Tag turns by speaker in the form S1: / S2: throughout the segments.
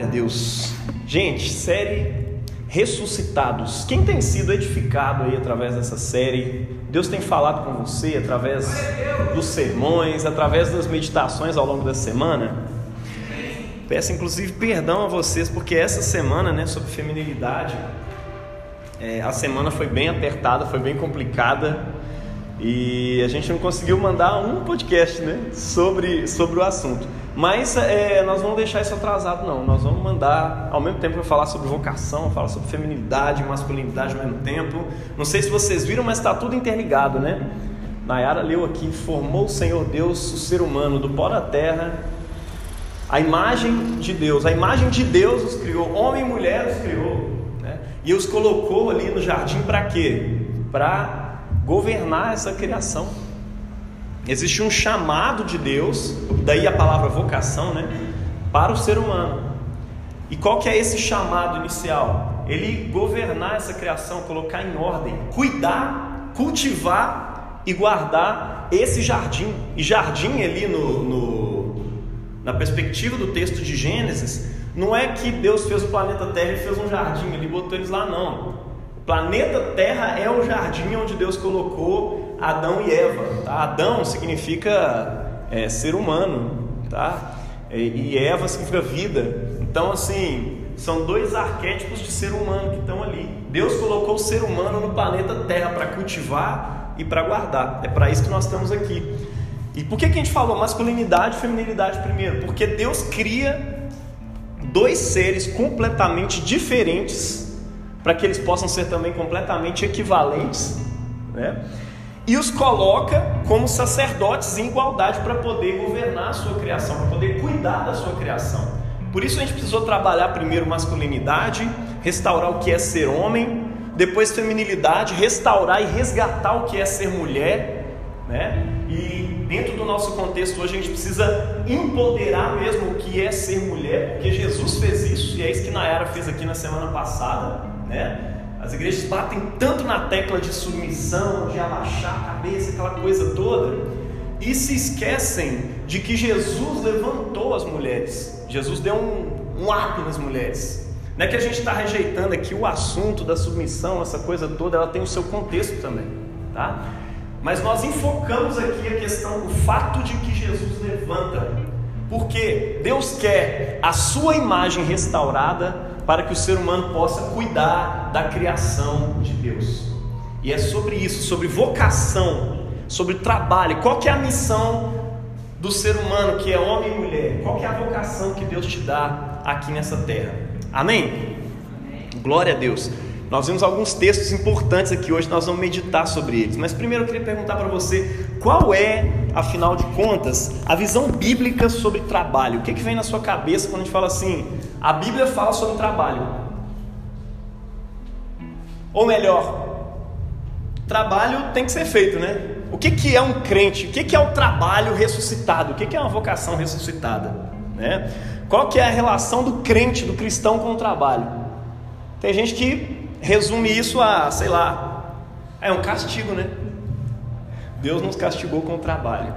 S1: Deus. Gente, série Ressuscitados. Quem tem sido edificado aí através dessa série? Deus tem falado com você através dos sermões, através das meditações ao longo da semana? Peço inclusive perdão a vocês, porque essa semana, sobre feminilidade, a semana foi bem apertada, foi bem complicada, e a gente não conseguiu mandar um podcast, sobre o assunto. Mas nós vamos deixar isso atrasado, não. Nós vamos mandar, ao mesmo tempo que eu falar sobre vocação, falar sobre feminilidade, masculinidade ao mesmo tempo. Não sei se vocês viram, mas está tudo interligado, Nayara leu aqui: formou o Senhor Deus o ser humano do pó da terra, a imagem de Deus os criou, homem e mulher os criou, e os colocou ali no jardim para quê? Para governar essa criação. Existe um chamado de Deus, daí a palavra vocação, para o ser humano. E qual que é esse chamado inicial? Ele governar essa criação, colocar em ordem, cuidar, cultivar e guardar esse jardim. E jardim ali na perspectiva do texto de Gênesis, não é que Deus fez o planeta Terra e fez um jardim, ele botou eles lá, não. O planeta Terra é o jardim onde Deus colocou Adão e Eva, tá? Adão significa ser humano, tá? E Eva significa vida. Então, são dois arquétipos de ser humano que estão ali. Deus colocou o ser humano no planeta Terra para cultivar e para guardar. É para isso que nós estamos aqui. E por que a gente falou masculinidade e feminilidade primeiro? Porque Deus cria dois seres completamente diferentes para que eles possam ser também completamente equivalentes, e os coloca como sacerdotes em igualdade para poder governar a sua criação, para poder cuidar da sua criação. Por isso a gente precisou trabalhar primeiro masculinidade, restaurar o que é ser homem, depois feminilidade, restaurar e resgatar o que é ser mulher, E dentro do nosso contexto hoje a gente precisa empoderar mesmo o que é ser mulher, porque Jesus fez isso, e é isso que Nayara fez aqui na semana passada, As igrejas batem tanto na tecla de submissão, de abaixar a cabeça, aquela coisa toda, e se esquecem de que Jesus levantou as mulheres. Jesus deu um up nas mulheres. Não é que a gente está rejeitando aqui o assunto da submissão, essa coisa toda, ela tem o seu contexto também, tá? Mas nós enfocamos aqui a questão, o fato de que Jesus levanta, porque Deus quer a sua imagem restaurada para que o ser humano possa cuidar da criação de Deus. E é sobre isso, sobre vocação, sobre trabalho. Qual que é a missão do ser humano, que é homem e mulher? Qual que é a vocação que Deus te dá aqui nessa terra? Amém? Glória a Deus. Nós vimos alguns textos importantes aqui hoje, nós vamos meditar sobre eles. Mas primeiro eu queria perguntar para você, qual é, afinal de contas, a visão bíblica sobre trabalho? O que vem na sua cabeça quando a gente fala assim, a Bíblia fala sobre trabalho? Ou melhor, trabalho tem que ser feito, O que é um crente? O que é o trabalho ressuscitado? O que é uma vocação ressuscitada? Qual que é a relação do crente, do cristão com o trabalho? Tem gente que resume isso a, é um castigo, Deus nos castigou com o trabalho.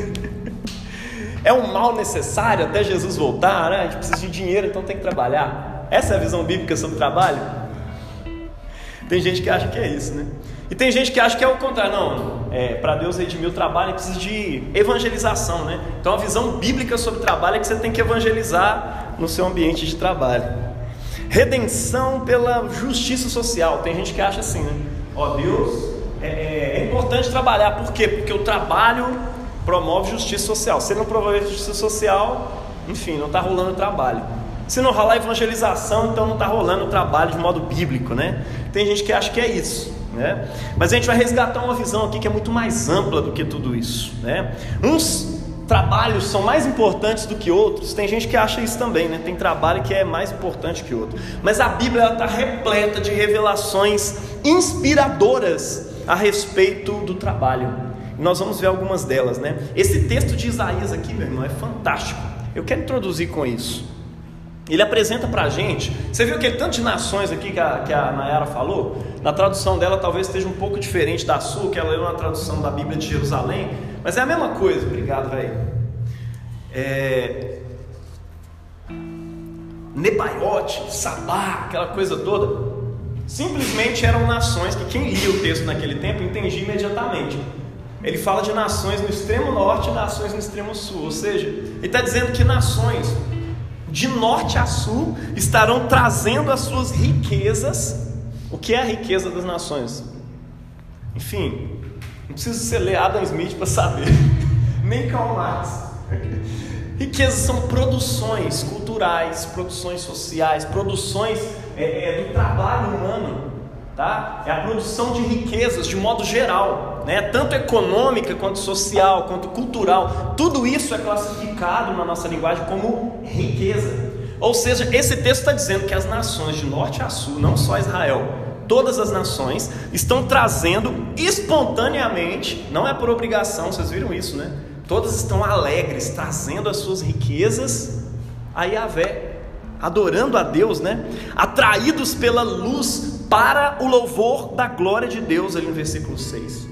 S1: É um mal necessário até Jesus voltar, A gente precisa de dinheiro, então tem que trabalhar. Essa é a visão bíblica sobre trabalho? Tem gente que acha que é isso, E tem gente que acha que é o contrário. Não, para Deus redimir o trabalho, precisa de evangelização, Então a visão bíblica sobre trabalho é que você tem que evangelizar no seu ambiente de trabalho. Redenção pela justiça social. Tem gente que acha assim, Deus, é importante trabalhar. Por quê? Porque o trabalho promove justiça social. Se não promover justiça social, enfim, não está rolando o trabalho. Se não rolar evangelização, então não está rolando o trabalho de modo bíblico, Tem gente que acha que é isso, Mas a gente vai resgatar uma visão aqui que é muito mais ampla do que tudo isso, Uns trabalhos são mais importantes do que outros. Tem gente que acha isso também, Tem trabalho que é mais importante que outro. Mas a Bíblia está repleta de revelações inspiradoras a respeito do trabalho. E nós vamos ver algumas delas, Esse texto de Isaías aqui, meu irmão, é fantástico. Eu quero introduzir com isso. Ele apresenta pra gente, você viu aquele tanto de nações aqui que a Nayara falou? Na tradução dela talvez esteja um pouco diferente da sua, que ela leu na tradução da Bíblia de Jerusalém, mas é a mesma coisa. Obrigado, velho. Nebaiote, Sabá, aquela coisa toda, simplesmente eram nações que quem lia o texto naquele tempo entendia imediatamente. Ele fala de nações no extremo norte e nações no extremo sul, ou seja, ele está dizendo que nações de norte a sul estarão trazendo as suas riquezas. O que é a riqueza das nações? Enfim, não precisa você ler Adam Smith para saber, nem Karl Marx. Riquezas são produções culturais, produções sociais, produções do trabalho humano, tá? É a produção de riquezas de modo geral, né? Tanto econômica quanto social, quanto cultural. Tudo isso é classificado na nossa linguagem como riqueza. Ou seja, esse texto está dizendo que as nações de norte a sul, não só Israel, todas as nações estão trazendo espontaneamente, não é por obrigação, vocês viram isso, né? Todas estão alegres, trazendo as suas riquezas a Yahvé, adorando a Deus, né? Atraídos pela luz para o louvor da glória de Deus, ali no versículo 6.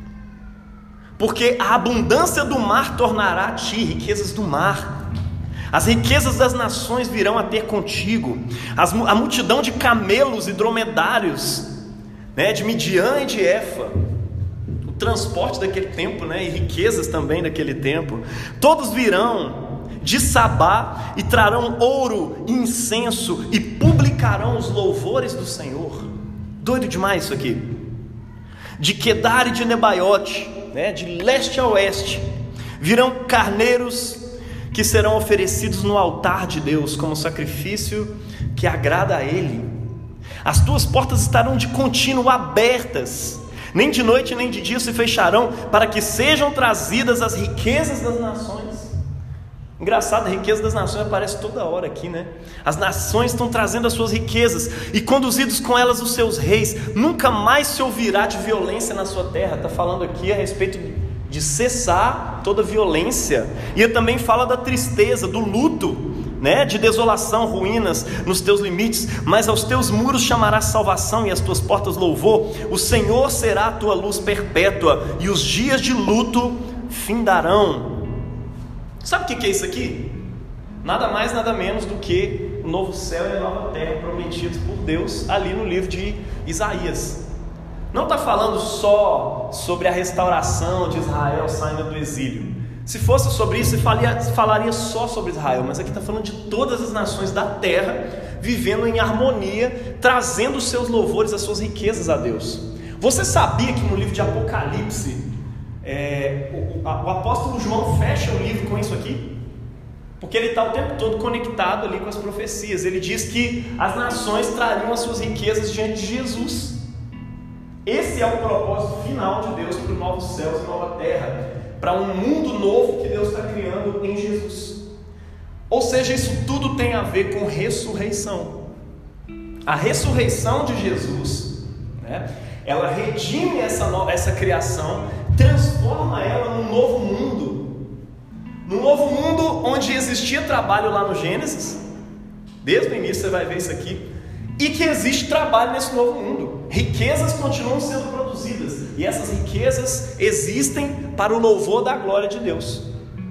S1: Porque a abundância do mar tornará a ti, riquezas do mar. As riquezas das nações virão a ter contigo. A multidão de camelos e dromedários, né? De Midian e de Efa. Transporte daquele tempo, né? E riquezas também daquele tempo. Todos virão de Sabá e trarão ouro e incenso e publicarão os louvores do Senhor. Doido demais isso aqui. De Quedar e de Nebaiote, né? De leste a oeste, virão carneiros que serão oferecidos no altar de Deus como sacrifício que agrada a Ele. As tuas portas estarão de contínuo abertas, nem de noite nem de dia se fecharão, para que sejam trazidas as riquezas das nações. Engraçado, a riqueza das nações aparece toda hora aqui, né? As nações estão trazendo as suas riquezas e conduzidos com elas os seus reis. Nunca mais se ouvirá de violência na sua terra. Está falando aqui a respeito de cessar toda violência. E ele também fala da tristeza, do luto, né? De desolação, ruínas nos teus limites, mas aos teus muros chamarás salvação e às tuas portas louvor. O Senhor será a tua luz perpétua e os dias de luto findarão. Sabe o que é isso aqui? Nada mais, nada menos do que o novo céu e a nova terra prometidos por Deus ali no livro de Isaías. Não está falando só sobre a restauração de Israel saindo do exílio. Se fosse sobre isso, falaria só sobre Israel, mas aqui está falando de todas as nações da terra vivendo em harmonia, trazendo os seus louvores, as suas riquezas a Deus. Você sabia que no livro de Apocalipse, o apóstolo João fecha o livro com isso aqui? Porque ele está o tempo todo conectado ali com as profecias. Ele diz que as nações trariam as suas riquezas diante de Jesus. Esse é o propósito final de Deus para os novos céus e nova terra, para um mundo novo que Deus está criando em Jesus. Ou seja, isso tudo tem a ver com ressurreição. A ressurreição de Jesus, né, ela redime essa criação, transforma ela num novo mundo. Num novo mundo onde existia trabalho lá no Gênesis, desde o início você vai ver isso aqui, e que existe trabalho nesse novo mundo. Riquezas continuam sendo produzidas, e essas riquezas existem para o louvor da glória de Deus.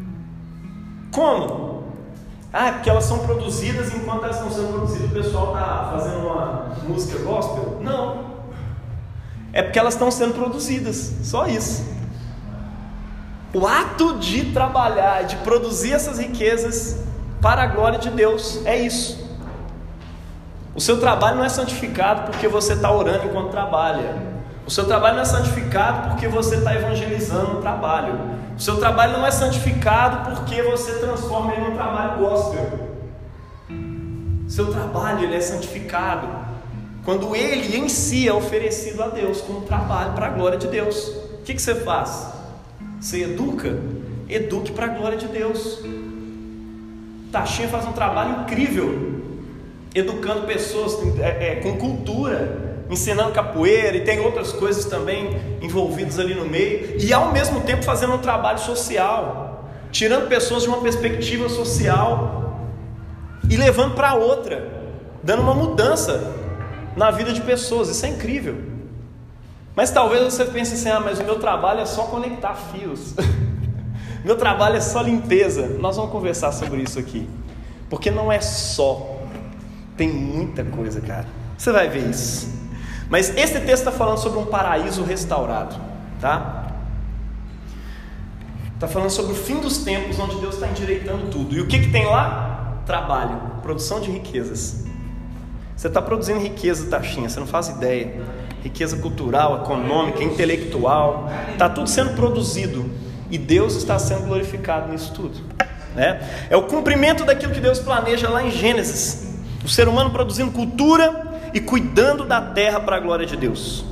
S1: Como? É porque elas são produzidas, enquanto elas estão sendo produzidas o pessoal está fazendo uma música gospel? Não, é porque elas estão sendo produzidas, só isso. O ato de trabalhar, de produzir essas riquezas para a glória de Deus, é isso. O seu trabalho não é santificado porque você está orando enquanto trabalha. O seu trabalho não é santificado porque você está evangelizando no trabalho. O seu trabalho não é santificado porque você transforma ele num trabalho gospel. O seu trabalho ele é santificado quando ele em si é oferecido a Deus como trabalho para a glória de Deus. O que você faz? Você educa? Eduque para a glória de Deus. Taxinha faz um trabalho incrível, educando pessoas com cultura, ensinando capoeira, e tem outras coisas também envolvidas ali no meio, e ao mesmo tempo fazendo um trabalho social, tirando pessoas de uma perspectiva social e levando para outra, dando uma mudança na vida de pessoas. Isso é incrível. Mas talvez você pense assim: mas o meu trabalho é só conectar fios, meu trabalho é só limpeza. Nós vamos conversar sobre isso aqui, porque não é só Tem muita coisa, cara. Você vai ver isso. Mas esse texto está falando sobre um paraíso restaurado, tá? Está falando sobre o fim dos tempos, onde Deus está endireitando tudo. E o que tem lá? Trabalho, produção de riquezas. Você está produzindo riqueza, Tachinha, você não faz ideia. Riqueza cultural, econômica, intelectual. Está tudo sendo produzido. E Deus está sendo glorificado nisso tudo, né? É o cumprimento daquilo que Deus planeja lá em Gênesis. O ser humano produzindo cultura e cuidando da terra para a glória de Deus.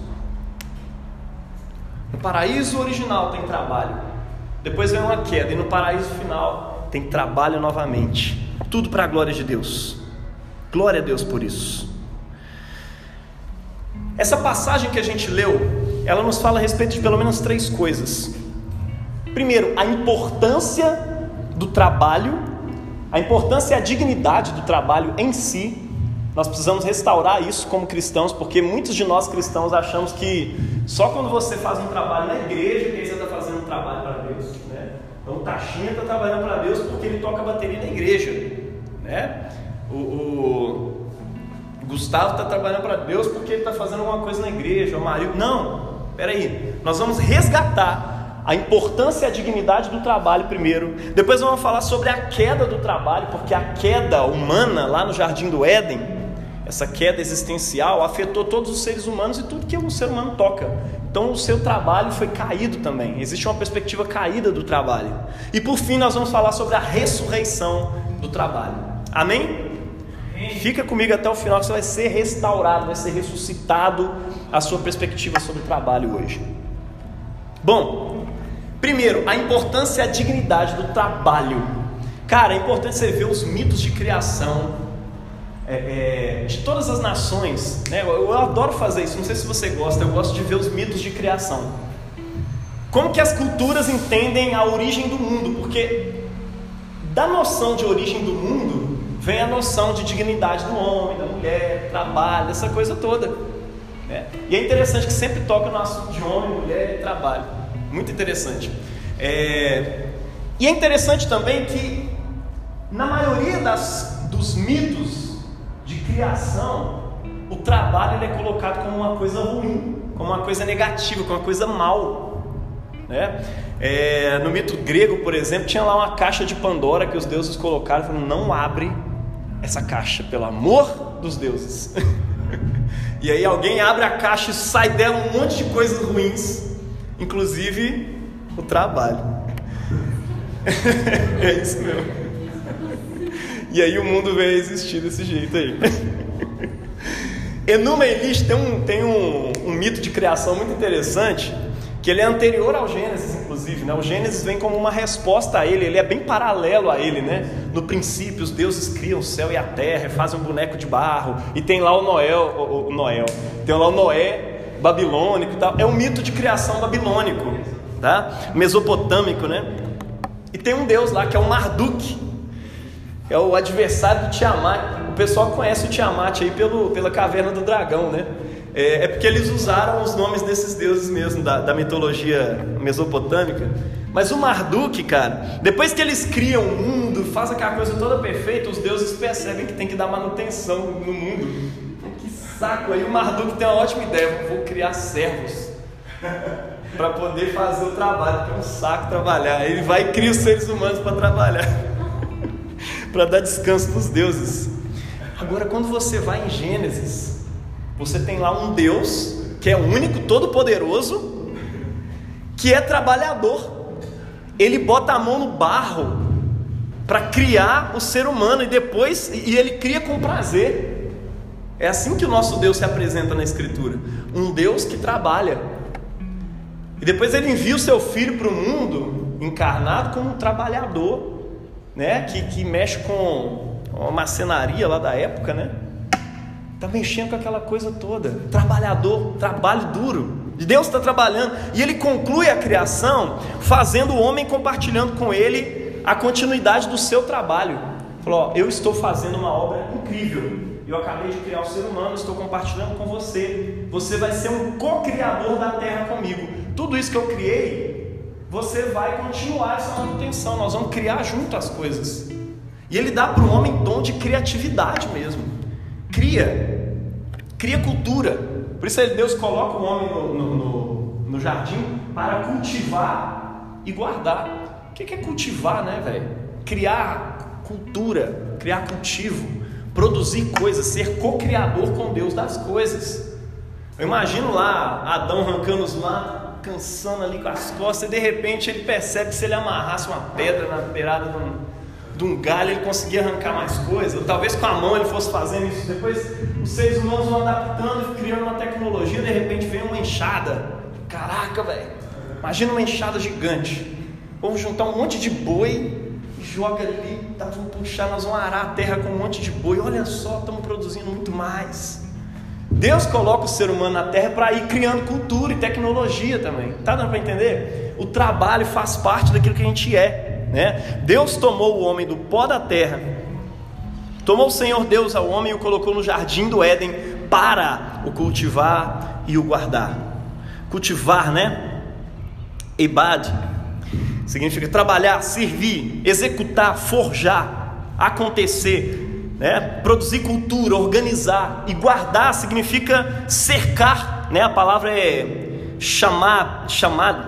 S1: No paraíso original tem trabalho, depois vem uma queda, e no paraíso final tem trabalho novamente, tudo para a glória de Deus. Glória a Deus por isso. Essa passagem que a gente leu, ela nos fala a respeito de pelo menos 3 coisas. Primeiro, a importância do trabalho, a importância e a dignidade do trabalho em si. Nós precisamos restaurar isso como cristãos, porque muitos de nós cristãos achamos que só quando você faz um trabalho na igreja que você está fazendo um trabalho para Deus, né? Então o Tachinha está trabalhando para Deus porque ele toca bateria na igreja, né? O Gustavo está trabalhando para Deus porque ele está fazendo alguma coisa na igreja, o marido. Não, peraí, nós vamos resgatar a importância e a dignidade do trabalho primeiro. Depois vamos falar sobre a queda do trabalho, porque a queda humana lá no Jardim do Éden, essa queda existencial afetou todos os seres humanos e tudo que o ser humano toca. Então o seu trabalho foi caído também. Existe uma perspectiva caída do trabalho. E por fim nós vamos falar sobre a ressurreição do trabalho. Amém? Fica comigo até o final que você vai ser restaurado, vai ser ressuscitado a sua perspectiva sobre o trabalho hoje. Bom, primeiro, a importância e a dignidade do trabalho. Cara, é importante você ver os mitos de criação de todas as nações, né? Eu adoro fazer isso, não sei se você gosta, eu gosto de ver os mitos de criação. Como que as culturas entendem a origem do mundo, porque da noção de origem do mundo vem a noção de dignidade do homem, da mulher, trabalho, essa coisa toda, né? E é interessante que sempre toca no assunto de homem, mulher e trabalho, muito interessante. E é interessante também que na maioria dos mitos de criação, o trabalho ele é colocado como uma coisa ruim, como uma coisa negativa, como uma coisa mal, né? No mito grego, por exemplo, tinha lá uma caixa de Pandora que os deuses colocaram e falaram: não abre essa caixa, pelo amor dos deuses. E aí alguém abre a caixa e sai dela um monte de coisas ruins, inclusive o trabalho. É isso mesmo. E aí o mundo veio a existir desse jeito aí. Enuma Elish tem um mito de criação muito interessante, que ele é anterior ao Gênesis, inclusive, né? O Gênesis vem como uma resposta a ele é bem paralelo a ele, né? No princípio, os deuses criam o céu e a terra, fazem um boneco de barro, e tem lá tem lá o Noé babilônico e tal. É um mito de criação babilônico, tá? Mesopotâmico, né? E tem um deus lá que é o Marduk, é o adversário do Tiamat. O pessoal conhece o Tiamat aí pela caverna do dragão, né? É porque eles usaram os nomes desses deuses mesmo, da mitologia mesopotâmica. Mas o Marduk, cara, depois que eles criam o mundo, fazem aquela coisa toda perfeita, os deuses percebem que tem que dar manutenção no mundo. Que saco! Aí o Marduk tem uma ótima ideia: vou criar servos para poder fazer o trabalho, porque é um saco trabalhar. Ele vai e cria os seres humanos para trabalhar, para dar descanso dos deuses. Agora, quando você vai em Gênesis, você tem lá um Deus que é único, todo poderoso, que é trabalhador. Ele bota a mão no barro para criar o ser humano e ele cria com prazer. É assim que o nosso Deus se apresenta na Escritura: um Deus que trabalha. E depois ele envia o seu filho para o mundo encarnado como um trabalhador, né? Que mexe com uma macenaria lá da época, né? Está mexendo com aquela coisa toda. Trabalhador, trabalho duro. Deus está trabalhando. E ele conclui a criação fazendo o homem, compartilhando com ele a continuidade do seu trabalho. Falou: eu estou fazendo uma obra incrível. Eu acabei de criar o ser humano, estou compartilhando com você. Você vai ser um co-criador da terra comigo. Tudo isso que eu criei, você vai continuar essa manutenção. Nós vamos criar junto as coisas. E ele dá para o homem dom de criatividade mesmo. cria cultura. Por isso Deus coloca o homem no jardim para cultivar e guardar. O que é cultivar, né, velho? Criar cultura, criar cultivo, produzir coisas, ser co-criador com Deus das coisas. Eu imagino lá Adão arrancando os matos, cansando ali com as costas, e de repente ele percebe que se ele amarrasse uma pedra na beirada de um galho, ele conseguia arrancar mais coisa. Ou talvez com a mão ele fosse fazendo isso. Depois os seres humanos vão adaptando e criando uma tecnologia, de repente vem uma enxada. Caraca, velho, imagina uma enxada gigante. Vamos juntar um monte de boi e joga ali, vamos puxar, nós vamos arar a terra com um monte de boi. Olha só, estamos produzindo muito mais. Deus coloca o ser humano na terra para ir criando cultura e tecnologia também. Tá dando para entender? O trabalho faz parte daquilo que a gente é, né? Deus tomou o homem do pó da terra, tomou o Senhor Deus ao homem e o colocou no jardim do Éden para o cultivar e o guardar. Cultivar, né? Ebad significa trabalhar, servir, executar, forjar, acontecer, né? Produzir cultura, organizar. E guardar significa cercar, né? A palavra é chamado,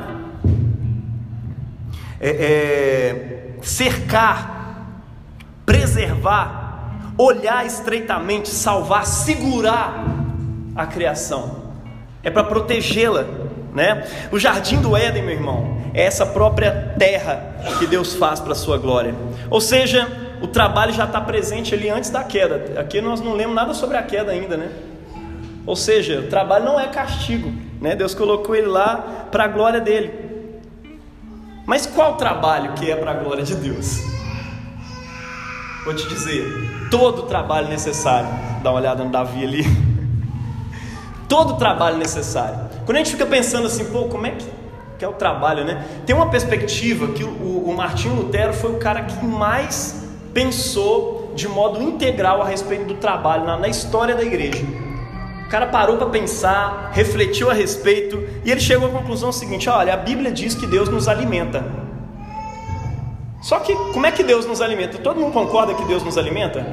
S1: cercar, preservar, olhar estreitamente, salvar, segurar a criação. É para protegê-la, né? O jardim do Éden, meu irmão, é essa própria terra que Deus faz para a sua glória. Ou seja, o trabalho já está presente ali antes da queda. Aqui nós não lemos nada sobre a queda ainda, né? Ou seja, o trabalho não é castigo, né? Deus colocou ele lá para a glória dele. Mas qual trabalho que é para a glória de Deus? Vou te dizer, todo trabalho necessário. Dá uma olhada no Davi ali. Todo trabalho necessário. Quando a gente fica pensando assim, pô, como é que é o trabalho, né? Tem uma perspectiva que o Martinho Lutero foi o cara que mais pensou de modo integral a respeito do trabalho na história da igreja. O cara parou para pensar, refletiu a respeito, e ele chegou à conclusão seguinte: olha, a Bíblia diz que Deus nos alimenta. Só que como é que Deus nos alimenta? Todo mundo concorda que Deus nos alimenta?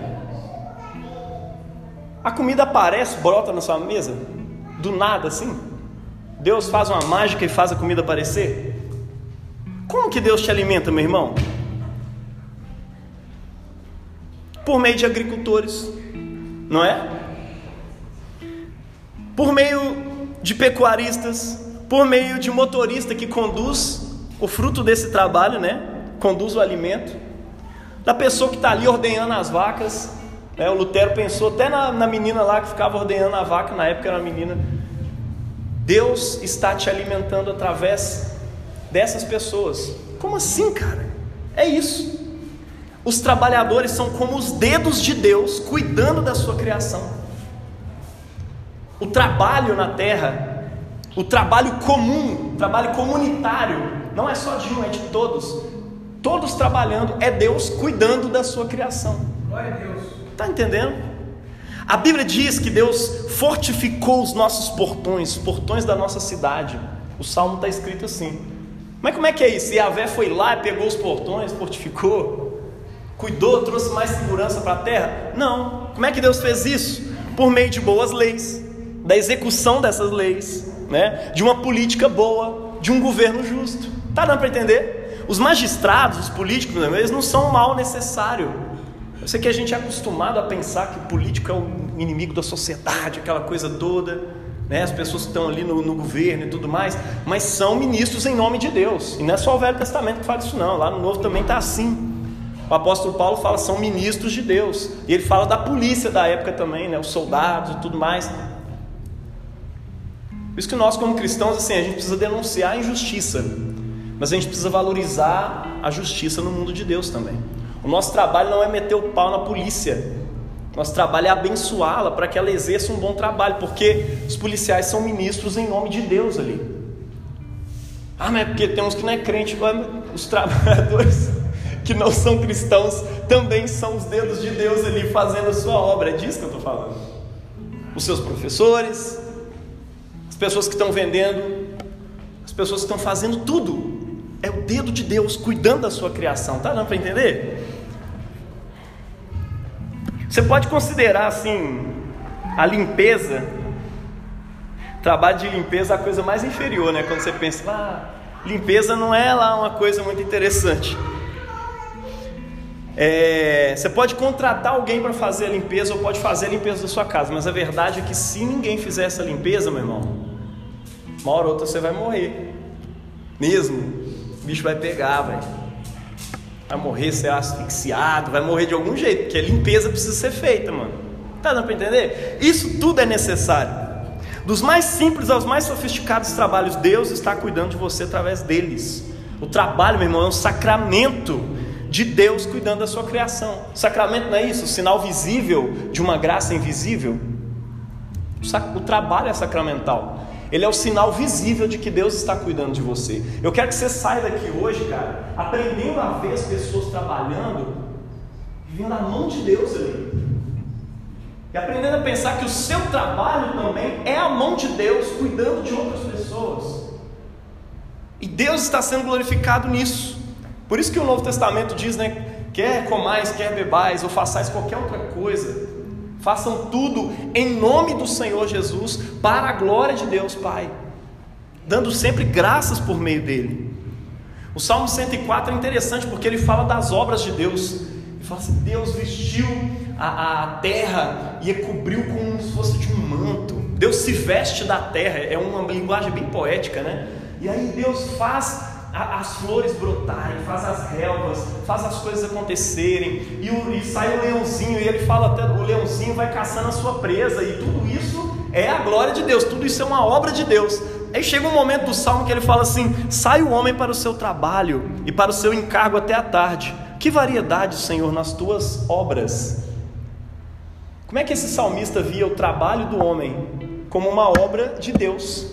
S1: A comida aparece, brota na sua mesa, do nada assim? Deus faz uma mágica e faz a comida aparecer? Como que Deus te alimenta, meu irmão? Por meio de agricultores, não é? Por meio de pecuaristas, por meio de motorista que conduz o fruto desse trabalho, né? Conduz o alimento, da pessoa que está ali ordenhando as vacas, né? O Lutero pensou até na menina lá que ficava ordenhando a vaca, na época era uma menina. Deus está te alimentando através dessas pessoas. Como assim, cara? É isso. Os trabalhadores são como os dedos de Deus cuidando da sua criação. O trabalho na terra, o trabalho comum, o trabalho comunitário, não é só de um, é de todos. Todos trabalhando, é Deus cuidando da sua criação. Glória a Deus. Está entendendo? A Bíblia diz que Deus fortificou os nossos portões, os portões da nossa cidade. O Salmo está escrito assim. Mas como é que é isso? Yahvé foi lá e pegou os portões, fortificou, cuidou, trouxe mais segurança para a terra? Não. Como é que Deus fez isso? Por meio de boas leis, da execução dessas leis, né? De uma política boa, de um governo justo. Está dando para entender? Os magistrados, os políticos, eles não são o mal necessário. Eu sei que a gente é acostumado a pensar que o político é o inimigo da sociedade, aquela coisa toda, né? As pessoas que estão ali no governo e tudo mais, mas são ministros em nome de Deus. E não é só o Velho Testamento que fala isso não, lá no Novo também está assim. O apóstolo Paulo fala, são ministros de Deus. E ele fala da polícia da época também, né? Os soldados e tudo mais. Por isso que nós como cristãos, assim, a gente precisa denunciar a injustiça, mas a gente precisa valorizar a justiça no mundo de Deus também. O nosso trabalho não é meter o pau na polícia. Nosso trabalho é abençoá-la para que ela exerça um bom trabalho, porque os policiais são ministros em nome de Deus ali. Ah, mas é porque tem uns que não é crente. Os trabalhadores que não são cristãos também são os dedos de Deus ali fazendo a sua obra. É disso que eu estou falando. Os seus professores, as pessoas que estão vendendo, as pessoas que estão fazendo tudo. É o dedo de Deus cuidando da sua criação. Tá dando para entender? Você pode considerar assim A limpeza, trabalho de limpeza é a coisa mais inferior, né? Quando você pensa, limpeza não é lá uma coisa muito interessante. Você pode contratar alguém para fazer a limpeza ou pode fazer a limpeza da sua casa, mas a verdade é que se ninguém fizer essa limpeza, meu irmão, uma hora ou outra você vai morrer mesmo. O bicho vai pegar, vai morrer, ser asfixiado, vai morrer de algum jeito, porque a limpeza precisa ser feita, mano. Tá dando para entender? Isso tudo é necessário. Dos mais simples aos mais sofisticados trabalhos, Deus está cuidando de você através deles. O trabalho, meu irmão, é um sacramento de Deus cuidando da sua criação. O sacramento não é isso? O sinal visível de uma graça invisível? O trabalho é sacramental. Ele é o sinal visível de que Deus está cuidando de você. Eu quero que você saia daqui hoje, cara, aprendendo a ver as pessoas trabalhando, vendo a mão de Deus ali. E aprendendo a pensar que o seu trabalho também é a mão de Deus cuidando de outras pessoas. E Deus está sendo glorificado nisso. Por isso que o Novo Testamento diz, né? Quer comais, quer bebais, ou façais qualquer outra coisa, façam tudo em nome do Senhor Jesus, para a glória de Deus Pai, dando sempre graças por meio dele. O Salmo 104 é interessante porque ele fala das obras de Deus. Ele fala assim: Deus vestiu a terra e a cobriu como se fosse de um manto. Deus se veste da terra, é uma linguagem bem poética, né? E aí Deus faz as flores brotarem, faz as relvas, faz as coisas acontecerem, e sai o leãozinho, e ele fala até, o leãozinho vai caçando a sua presa, e tudo isso é a glória de Deus, tudo isso é uma obra de Deus. Aí chega um momento do Salmo que ele fala assim: sai o homem para o seu trabalho e para o seu encargo até a tarde. Que variedade, Senhor, nas tuas obras. Como é que esse salmista via o trabalho do homem como uma obra de Deus?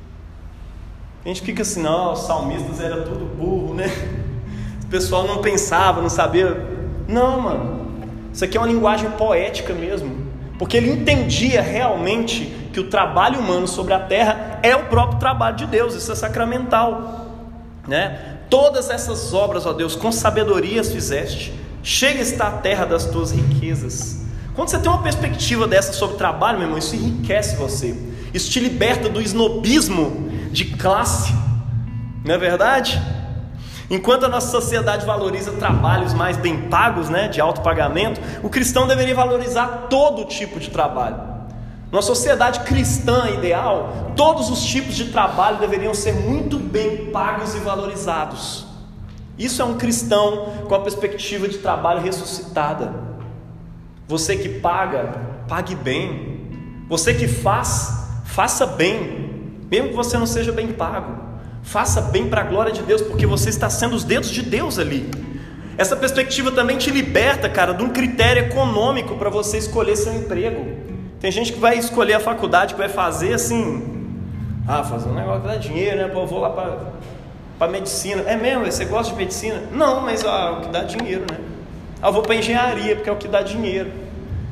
S1: A gente fica assim: não, os salmistas eram tudo burro, né? O pessoal não pensava, não sabia. Não, mano, isso aqui é uma linguagem poética mesmo, porque ele entendia realmente que o trabalho humano sobre a terra é o próprio trabalho de Deus. Isso é sacramental, né? Todas essas obras, ó Deus, com sabedoria as fizeste. Chega está a terra das tuas riquezas. Quando você tem uma perspectiva dessa sobre trabalho, meu irmão, isso enriquece você. Isso te liberta do snobismo de classe, não é verdade? Enquanto a nossa sociedade valoriza trabalhos mais bem pagos, né, de alto pagamento, o cristão deveria valorizar todo tipo de trabalho. Numa sociedade cristã ideal, todos os tipos de trabalho deveriam ser muito bem pagos e valorizados. Isso é um cristão com a perspectiva de trabalho ressuscitada. Você que paga, pague bem. Você que faz, faça bem. Mesmo que você não seja bem pago, faça bem para a glória de Deus, porque você está sendo os dedos de Deus ali. Essa perspectiva também te liberta, cara, de um critério econômico para você escolher seu emprego. Tem gente que vai escolher a faculdade que vai fazer assim: fazer um negócio que dá dinheiro, né? Pô, eu vou lá para medicina. É mesmo? Você gosta de medicina? Não, mas é o que dá dinheiro, né? Eu vou para engenharia porque é o que dá dinheiro.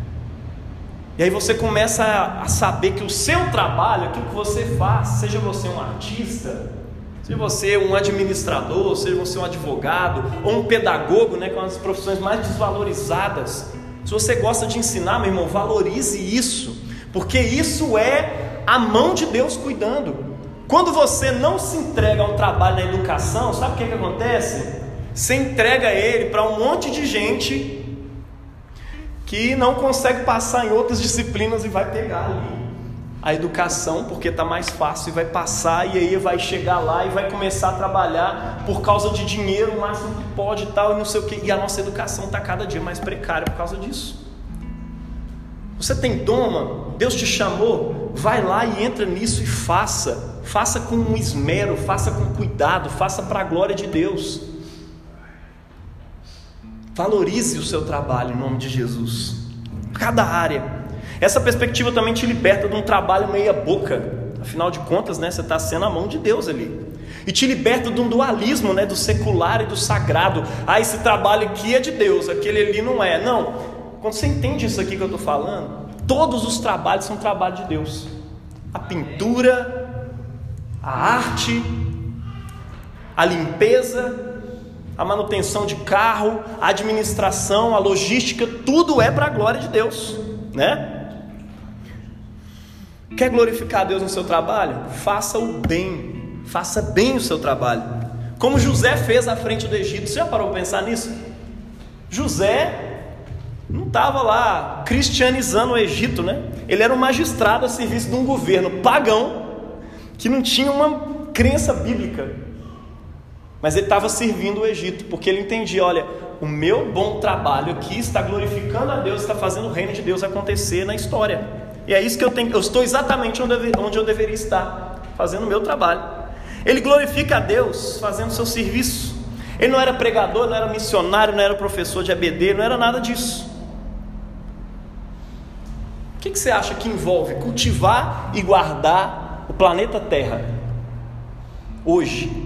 S1: E aí você começa a saber que o seu trabalho, aquilo que você faz, seja você um artista, seja você um administrador, seja você um advogado ou um pedagogo, né, que é uma das profissões mais desvalorizadas. Se você gosta de ensinar, meu irmão, valorize isso, porque isso é a mão de Deus cuidando. Quando você não se entrega a um trabalho na educação, sabe o que acontece? Você entrega ele para um monte de gente que não consegue passar em outras disciplinas e vai pegar ali a educação porque está mais fácil e vai passar, e aí vai chegar lá e vai começar a trabalhar por causa de dinheiro o máximo que pode e tal, e não sei o que. E a nossa educação está cada dia mais precária por causa disso. Você tem dom, mano? Deus te chamou, vai lá e entra nisso e faça com esmero, faça com cuidado, faça para a glória de Deus. Valorize o seu trabalho em nome de Jesus, cada área. Essa perspectiva também te liberta de um trabalho meia boca. Afinal de contas, né, você está sendo a mão de Deus ali. E te liberta de um dualismo, né, do secular e do sagrado. Esse trabalho aqui é de Deus, aquele ali não é. Não, quando você entende isso aqui que eu estou falando, todos os trabalhos são trabalho de Deus. A pintura, a arte, a limpeza, a manutenção de carro, a administração, a logística, tudo é para a glória de Deus, né? Quer glorificar a Deus no seu trabalho? Faça o bem, faça bem o seu trabalho, como José fez à frente do Egito. Você já parou para pensar nisso? José não estava lá cristianizando o Egito, né? Ele era um magistrado a serviço de um governo pagão, que não tinha uma crença bíblica, mas ele estava servindo o Egito, porque ele entendia, olha, o meu bom trabalho aqui está glorificando a Deus, está fazendo o reino de Deus acontecer na história, e é isso que eu estou exatamente onde eu deveria estar, fazendo o meu trabalho. Ele glorifica a Deus fazendo o seu serviço. Ele não era pregador, não era missionário, não era professor de EBD, não era nada disso. O que você acha que envolve cultivar e guardar o planeta Terra hoje?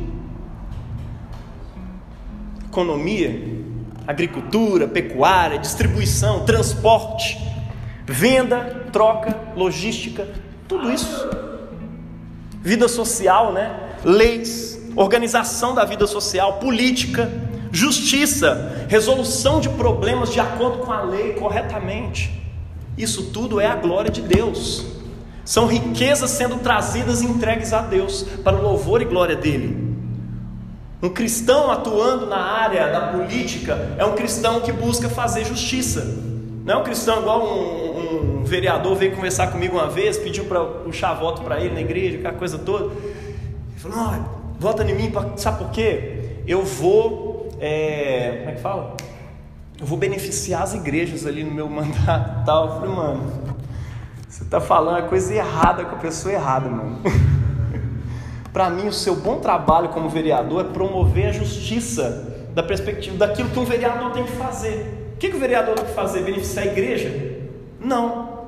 S1: Economia, agricultura, pecuária, distribuição, transporte, venda, troca, logística, tudo isso. Vida social, né? Leis, organização da vida social, política, justiça, resolução de problemas de acordo com a lei corretamente. Isso tudo é a glória de Deus. São riquezas sendo trazidas e entregues a Deus para o louvor e glória dele. Um cristão atuando na área da política é um cristão que busca fazer justiça. Não é um cristão igual um vereador veio conversar comigo uma vez, pediu para puxar voto para ele na igreja, aquela coisa toda. Ele falou, não, vota em mim, sabe por quê? Eu vou, como é que fala? Eu vou beneficiar as igrejas ali no meu mandato e tal. Eu falei, mano, você está falando a coisa errada com a pessoa errada, mano. Para mim, o seu bom trabalho como vereador é promover a justiça da perspectiva daquilo que um vereador tem que fazer. O que o vereador tem que fazer? Beneficiar a igreja? Não.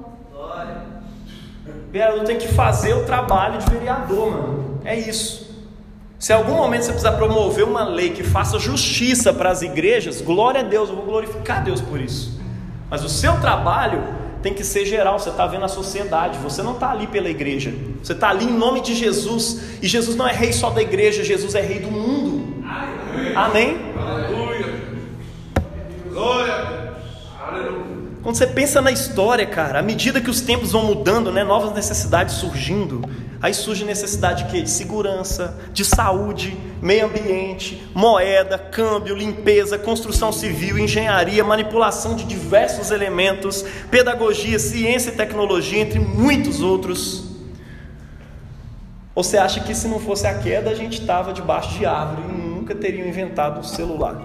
S1: O vereador tem que fazer o trabalho de vereador, mano. É isso. Se em algum momento você precisar promover uma lei que faça justiça para as igrejas, glória a Deus, eu vou glorificar a Deus por isso. Mas o seu trabalho tem que ser geral. Você está vendo a sociedade, você não está ali pela igreja, você está ali em nome de Jesus. E Jesus não é rei só da igreja, Jesus é rei do mundo. Amém? Aleluia. Glória. Aleluia. Quando você pensa na história, cara, à medida que os tempos vão mudando, né, novas necessidades surgindo, aí surge necessidade de quê? De segurança, de saúde, meio ambiente, moeda, câmbio, limpeza, construção civil, engenharia, manipulação de diversos elementos, pedagogia, ciência e tecnologia, entre muitos outros. Ou você acha que se não fosse a queda, a gente estava debaixo de árvore e nunca teriam inventado o celular?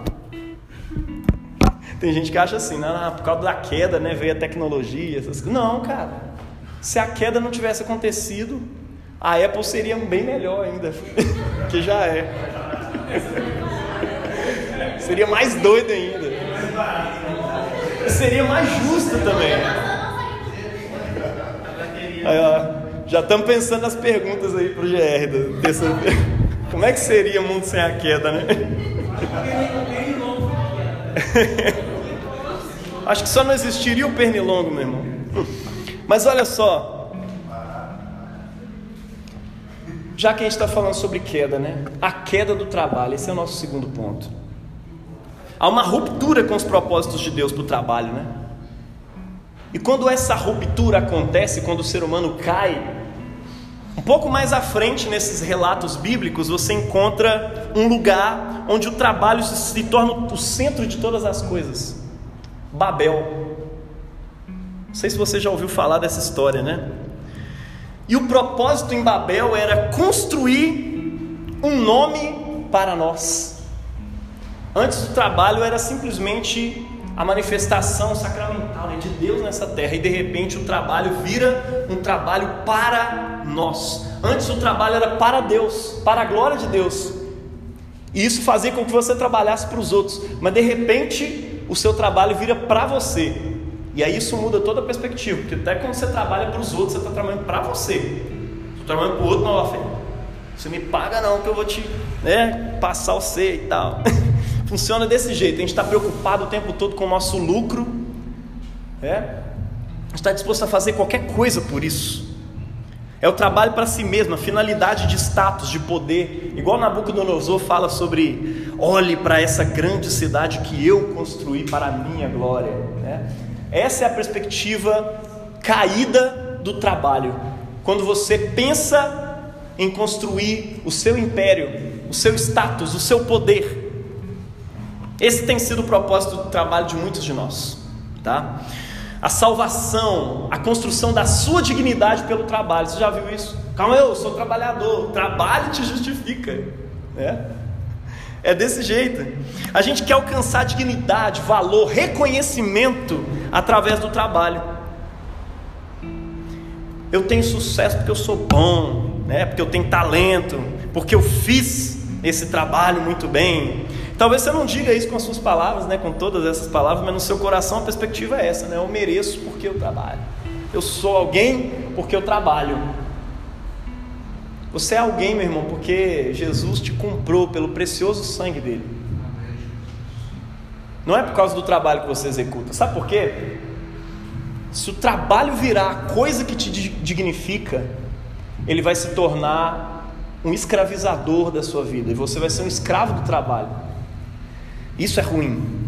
S1: Tem gente que acha assim, não, por causa da queda, né, veio a tecnologia, essas coisas. Não, cara, se a queda não tivesse acontecido, a Apple seria bem melhor ainda, que já é. Seria mais doido ainda. Seria mais justo também. Aí, ó, já estamos pensando nas perguntas aí pro GR. Como é que seria o mundo sem a queda, né? Acho que só não existiria o pernilongo, meu irmão. Mas olha só, já que a gente está falando sobre queda, né? A queda do trabalho, esse é o nosso segundo ponto. Há uma ruptura com os propósitos de Deus para o trabalho, né? E quando essa ruptura acontece, quando o ser humano cai, um pouco mais à frente nesses relatos bíblicos, você encontra um lugar onde o trabalho se torna o centro de todas as coisas. Babel. Não sei se você já ouviu falar dessa história, né? E o propósito em Babel era construir um nome para nós. Antes o trabalho era simplesmente a manifestação sacramental, né, de Deus nessa terra. E de repente o trabalho vira um trabalho para nós. Antes o trabalho era para Deus, para a glória de Deus. E isso fazia com que você trabalhasse para os outros. Mas de repente o seu trabalho vira para você. E aí isso muda toda a perspectiva. Porque até quando você trabalha para os outros, você está trabalhando para você. Você está trabalhando para o outro, não, filho, você me paga não, que eu vou te, né, passar o C e tal. Funciona desse jeito. A gente está preocupado o tempo todo com o nosso lucro. A gente está disposto a fazer qualquer coisa por isso. É o trabalho para si mesmo, a finalidade de status, de poder. Igual Nabucodonosor fala sobre: olhe para essa grande cidade que eu construí para a minha glória. Essa é a perspectiva caída do trabalho. quando você pensa em construir o seu império, o seu status, o seu poder. Esse tem sido o propósito do trabalho de muitos de nós, tá? A salvação, a construção da sua dignidade pelo trabalho. Você já viu isso? Calma, eu sou trabalhador, o trabalho te justifica, né? É desse jeito. A gente quer alcançar dignidade, valor, reconhecimento através do trabalho. Eu tenho sucesso porque eu sou bom, né? Porque eu tenho talento, porque eu fiz esse trabalho muito bem. Talvez você não diga isso com as suas palavras, né? Com todas essas palavras, mas no seu coração a perspectiva é essa, né? Eu mereço porque eu trabalho. Eu sou alguém porque eu trabalho. Você é alguém, meu irmão, porque Jesus te comprou pelo precioso sangue dele. Não é por causa do trabalho que você executa. Sabe por quê? Se o trabalho virar a coisa que te dignifica, ele vai se tornar um escravizador da sua vida, e você vai ser um escravo do trabalho. Isso é ruim.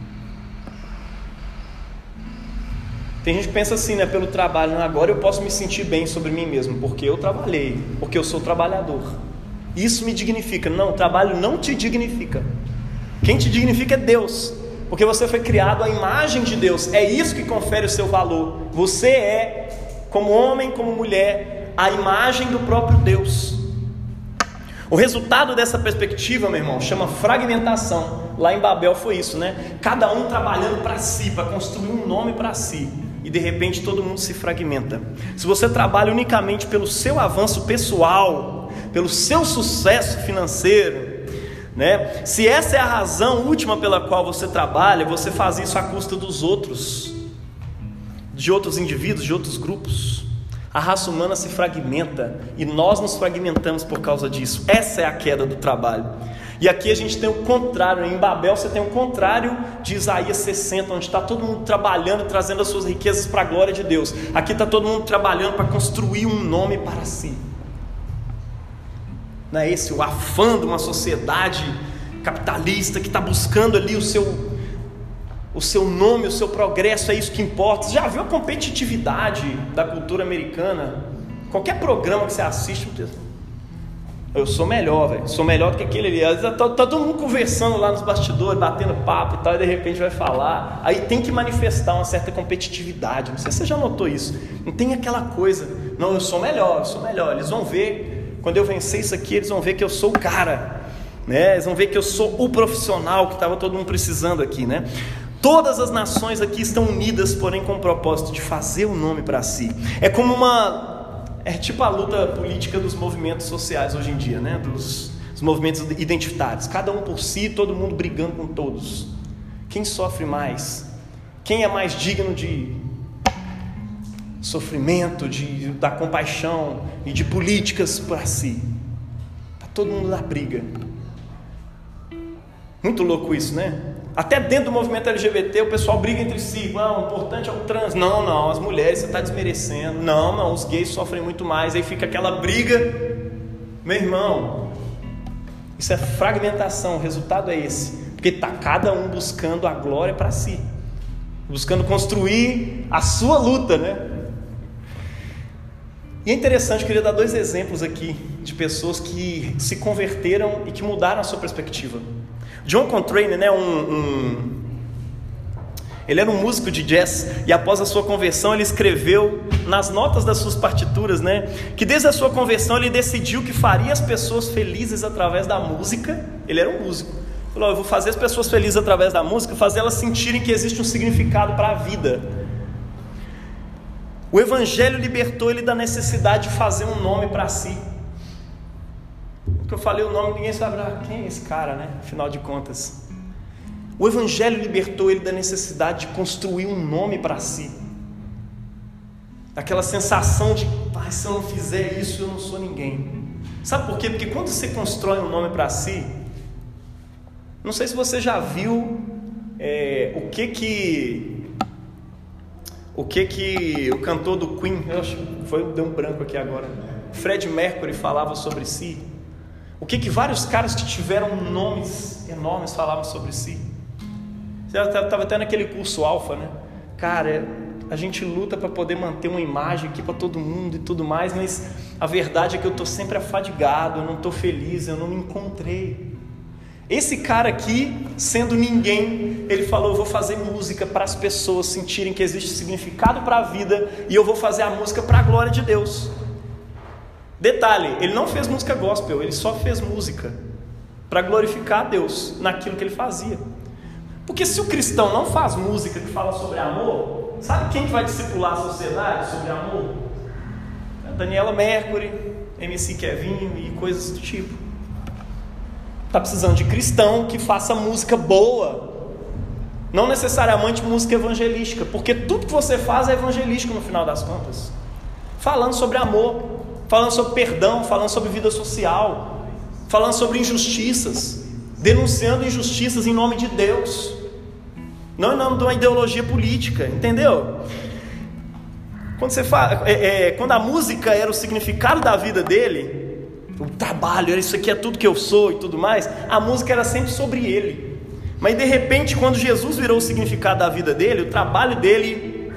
S1: Tem gente que pensa assim, né? Pelo trabalho, agora eu posso me sentir bem sobre mim mesmo, porque eu trabalhei, porque eu sou trabalhador. Isso me dignifica. Não, o trabalho não te dignifica. Quem te dignifica é Deus, porque você foi criado à imagem de Deus. É isso que confere o seu valor. Você é, como homem, como mulher, a imagem do próprio Deus. O resultado dessa perspectiva, meu irmão, chama fragmentação. Lá em Babel foi isso, né? Cada um trabalhando para si, para construir um nome para si. E de repente todo mundo se fragmenta. Se você trabalha unicamente pelo seu avanço pessoal, pelo seu sucesso financeiro, né? Se essa é a razão última pela qual você trabalha, você faz isso à custa dos outros, de outros indivíduos, de outros grupos. A raça humana se fragmenta e nós nos fragmentamos por causa disso. Essa é a queda do trabalho. E aqui a gente tem o contrário. Em Babel você tem o contrário de Isaías 60, onde está todo mundo trabalhando, trazendo as suas riquezas para a glória de Deus. Aqui está todo mundo trabalhando para construir um nome para si. Não é esse o afã de uma sociedade capitalista que está buscando ali o seu nome, o seu progresso, é isso que importa. Você já viu a competitividade da cultura americana? Qualquer programa que você assiste, eu sou melhor, velho, sou melhor do que aquele ali. Às vezes tá todo mundo conversando lá nos bastidores, batendo papo e tal, e de repente vai falar. Aí tem que manifestar uma certa competitividade. Não sei se você já notou isso. Não tem aquela coisa, não, eu sou melhor. Eles vão ver, quando eu vencer isso aqui, eles vão ver que eu sou o cara, né? Eles vão ver que eu sou o profissional que estava todo mundo precisando aqui, né? Todas as nações aqui estão unidas, porém com o propósito de fazer o nome para si. É tipo a luta política dos movimentos sociais hoje em dia, né? Dos movimentos identitários. Cada um por si, todo mundo brigando com todos. Quem sofre mais? Quem é mais digno de sofrimento, da compaixão e de políticas para si? Está todo mundo na briga. Muito louco isso, né? Até dentro do movimento LGBT o pessoal briga entre si. Não, o importante é o trans. Não, as mulheres você está desmerecendo. Não, os gays sofrem muito mais. Aí fica aquela briga. Meu irmão, isso é fragmentação. O resultado é esse. Porque está cada um buscando a glória para si, buscando construir a sua luta, né? E é interessante, eu queria dar 2 exemplos aqui de pessoas que se converteram e que mudaram a sua perspectiva. John Coltrane, né, ele era um músico de jazz, e após a sua conversão ele escreveu nas notas das suas partituras, né, que desde a sua conversão ele decidiu que faria as pessoas felizes através da música. Ele era um músico. Falou, eu vou fazer as pessoas felizes através da música, fazer elas sentirem que existe um significado para a vida. O Evangelho libertou ele da necessidade de fazer um nome para si. Porque eu falei o nome, ninguém sabe quem é esse cara, né? Afinal de contas, o Evangelho libertou ele da necessidade de construir um nome para si. Aquela sensação de, se eu não fizer isso, eu não sou ninguém. Sabe por quê? Porque quando você constrói um nome para si, não sei se você já viu o que o cantor do Queen, deu um branco aqui agora, Fred Mercury falava sobre si. O que vários caras que tiveram nomes enormes falavam sobre si. Você estava até naquele curso Alpha, né? Cara, a gente luta para poder manter uma imagem aqui para todo mundo e tudo mais, mas a verdade é que eu estou sempre afadigado, eu não estou feliz, eu não me encontrei. Esse cara aqui, sendo ninguém, ele falou: eu vou fazer música para as pessoas sentirem que existe significado para a vida, e eu vou fazer a música para a glória de Deus. Detalhe, ele não fez música gospel, ele só fez música para glorificar a Deus naquilo que ele fazia. Porque se o cristão não faz música que fala sobre amor, sabe quem vai discipular a sociedade sobre amor? Daniela Mercury, MC Kevin e coisas do tipo. Está precisando de cristão que faça música boa, não necessariamente música evangelística, porque tudo que você faz é evangelístico no final das contas. Falando sobre amor, falando sobre perdão, falando sobre vida social, falando sobre injustiças, denunciando injustiças em nome de Deus, não em nome de uma ideologia política, entendeu? Quando você fala, quando a música era o significado da vida dele, o trabalho, isso aqui é tudo que eu sou e tudo mais, a música era sempre sobre ele. Mas de repente, quando Jesus virou o significado da vida dele, o trabalho dele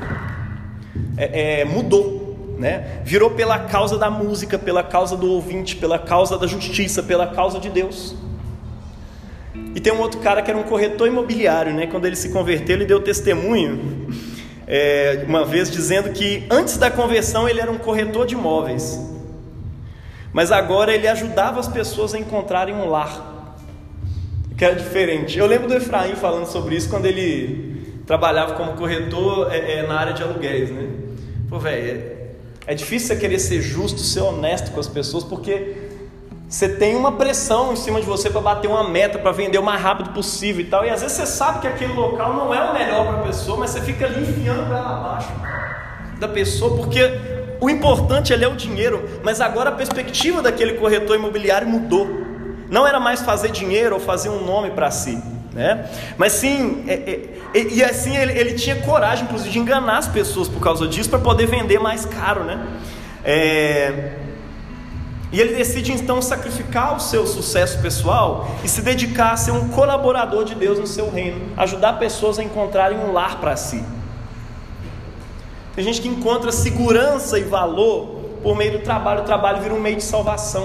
S1: mudou, né? Virou pela causa da música, pela causa do ouvinte, pela causa da justiça, pela causa de Deus. E tem um outro cara que era um corretor imobiliário, né? Quando ele se converteu, ele deu testemunho uma vez dizendo que antes da conversão ele era um corretor de imóveis, mas agora ele ajudava as pessoas a encontrarem um lar, que era diferente. Eu lembro do Efraim falando sobre isso quando ele trabalhava como corretor na área de aluguéis, né? Pô, velho, é difícil você querer ser justo, ser honesto com as pessoas, porque você tem uma pressão em cima de você para bater uma meta, para vender o mais rápido possível e tal. E às vezes você sabe que aquele local não é o melhor para a pessoa, mas você fica ali enfiando para ela abaixo da pessoa, porque o importante ali é o dinheiro. Mas agora a perspectiva daquele corretor imobiliário mudou. Não era mais fazer dinheiro ou fazer um nome para si, né? Mas sim, e assim ele tinha coragem, inclusive, de enganar as pessoas por causa disso, para poder vender mais caro, né? E ele decide então sacrificar o seu sucesso pessoal e se dedicar a ser um colaborador de Deus no seu reino, ajudar pessoas a encontrarem um lar para si. Tem gente que encontra segurança e valor por meio do trabalho. O trabalho vira um meio de salvação.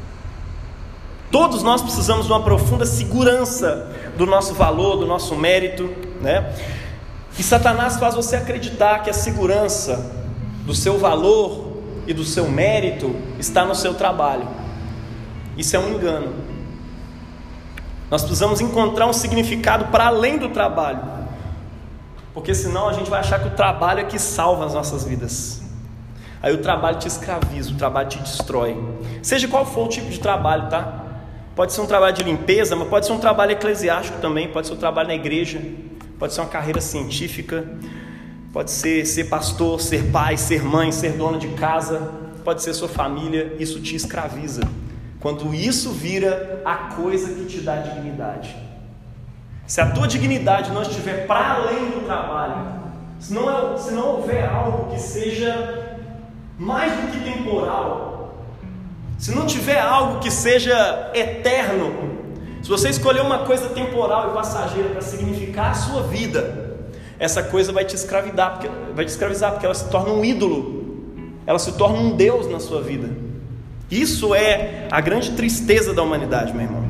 S1: Todos nós precisamos de uma profunda segurança do nosso valor, do nosso mérito, né? E Satanás faz você acreditar que a segurança do seu valor e do seu mérito está no seu trabalho. Isso é um engano. Nós precisamos encontrar um significado para além do trabalho, porque senão a gente vai achar que o trabalho é que salva as nossas vidas. Aí o trabalho te escraviza, o trabalho te destrói, seja qual for o tipo de trabalho, tá? Pode ser um trabalho de limpeza, mas pode ser um trabalho eclesiástico também, pode ser um trabalho na igreja, pode ser uma carreira científica, pode ser pastor, ser pai, ser mãe, ser dona de casa, pode ser sua família. Isso te escraviza, quando isso vira a coisa que te dá dignidade. Se a tua dignidade não estiver para além do trabalho, se não houver algo que seja mais do que temporal, se não tiver algo que seja eterno, se você escolher uma coisa temporal e passageira para significar a sua vida, essa coisa vai te escravizar, porque ela se torna um ídolo, ela se torna um Deus na sua vida. Isso é a grande tristeza da humanidade, meu irmão.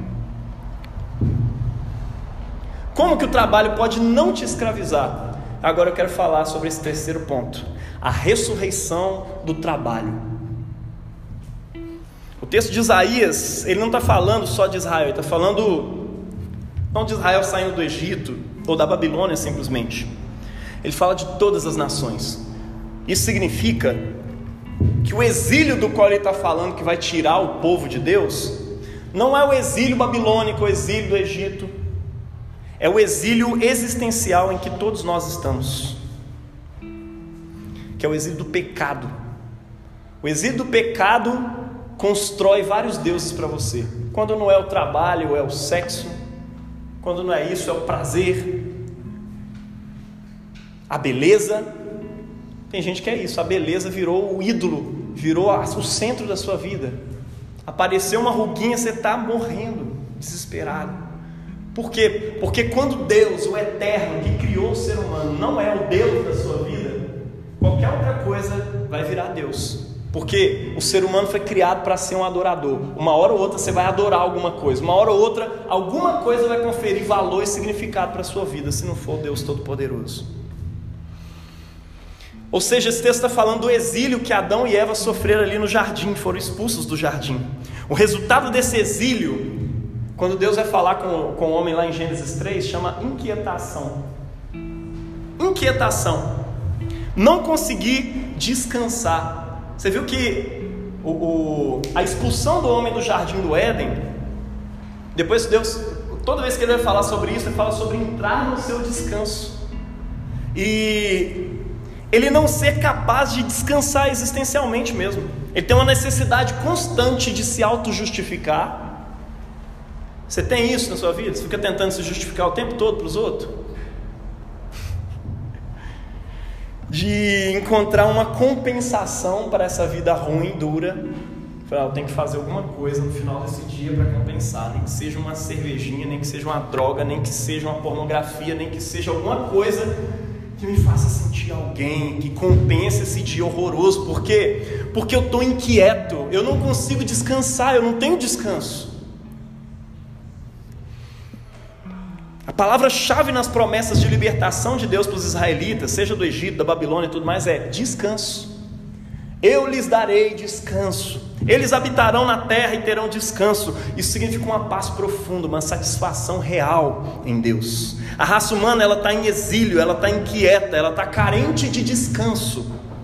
S1: Como que o trabalho pode não te escravizar? Agora eu quero falar sobre esse terceiro ponto: a ressurreição do trabalho. O texto de Isaías, ele não está falando só de Israel, ele está falando não de Israel saindo do Egito ou da Babilônia simplesmente. Ele fala de todas as nações. Isso significa que o exílio do qual ele está falando, que vai tirar o povo de Deus, não é o exílio babilônico, o exílio do Egito, é o exílio existencial em que todos nós estamos, que é o exílio do pecado. O exílio do pecado constrói vários deuses para você. Quando não é o trabalho, é o sexo. Quando não é isso, é o prazer, a beleza. Tem gente que é isso, a beleza virou o ídolo, virou o centro da sua vida. Apareceu uma ruguinha, você está morrendo, desesperado. Por quê? Porque quando Deus, o eterno, que criou o ser humano, não é o Deus da sua vida, qualquer outra coisa vai virar Deus. Porque o ser humano foi criado para ser um adorador. Uma hora ou outra você vai adorar alguma coisa. Uma hora ou outra, alguma coisa vai conferir valor e significado para a sua vida, se não for Deus Todo-Poderoso. Ou seja, esse texto está falando do exílio que Adão e Eva sofreram ali no jardim, foram expulsos do jardim. O resultado desse exílio, quando Deus vai falar com o homem lá em Gênesis 3, chama inquietação. Inquietação. Não conseguir descansar. Você viu que a expulsão do homem do jardim do Éden, depois Deus, toda vez que ele vai falar sobre isso, ele fala sobre entrar no seu descanso. E ele não ser capaz de descansar existencialmente mesmo. Ele tem uma necessidade constante de se auto-justificar. Você tem isso na sua vida? Você fica tentando se justificar o tempo todo para os outros? De encontrar uma compensação para essa vida ruim, dura. Eu tenho que fazer alguma coisa no final desse dia para compensar. Nem que seja uma cervejinha, nem que seja uma droga, nem que seja uma pornografia, nem que seja alguma coisa que me faça sentir alguém, que compense esse dia horroroso. Por quê? Porque eu estou inquieto, eu não consigo descansar, eu não tenho descanso. A palavra-chave nas promessas de libertação de Deus para os israelitas, seja do Egito, da Babilônia e tudo mais, é descanso. Eu lhes darei descanso. Eles habitarão na terra e terão descanso. Isso significa uma paz profunda, uma satisfação real em Deus. A raça humana, ela está em exílio, ela está inquieta, ela está carente de descanso.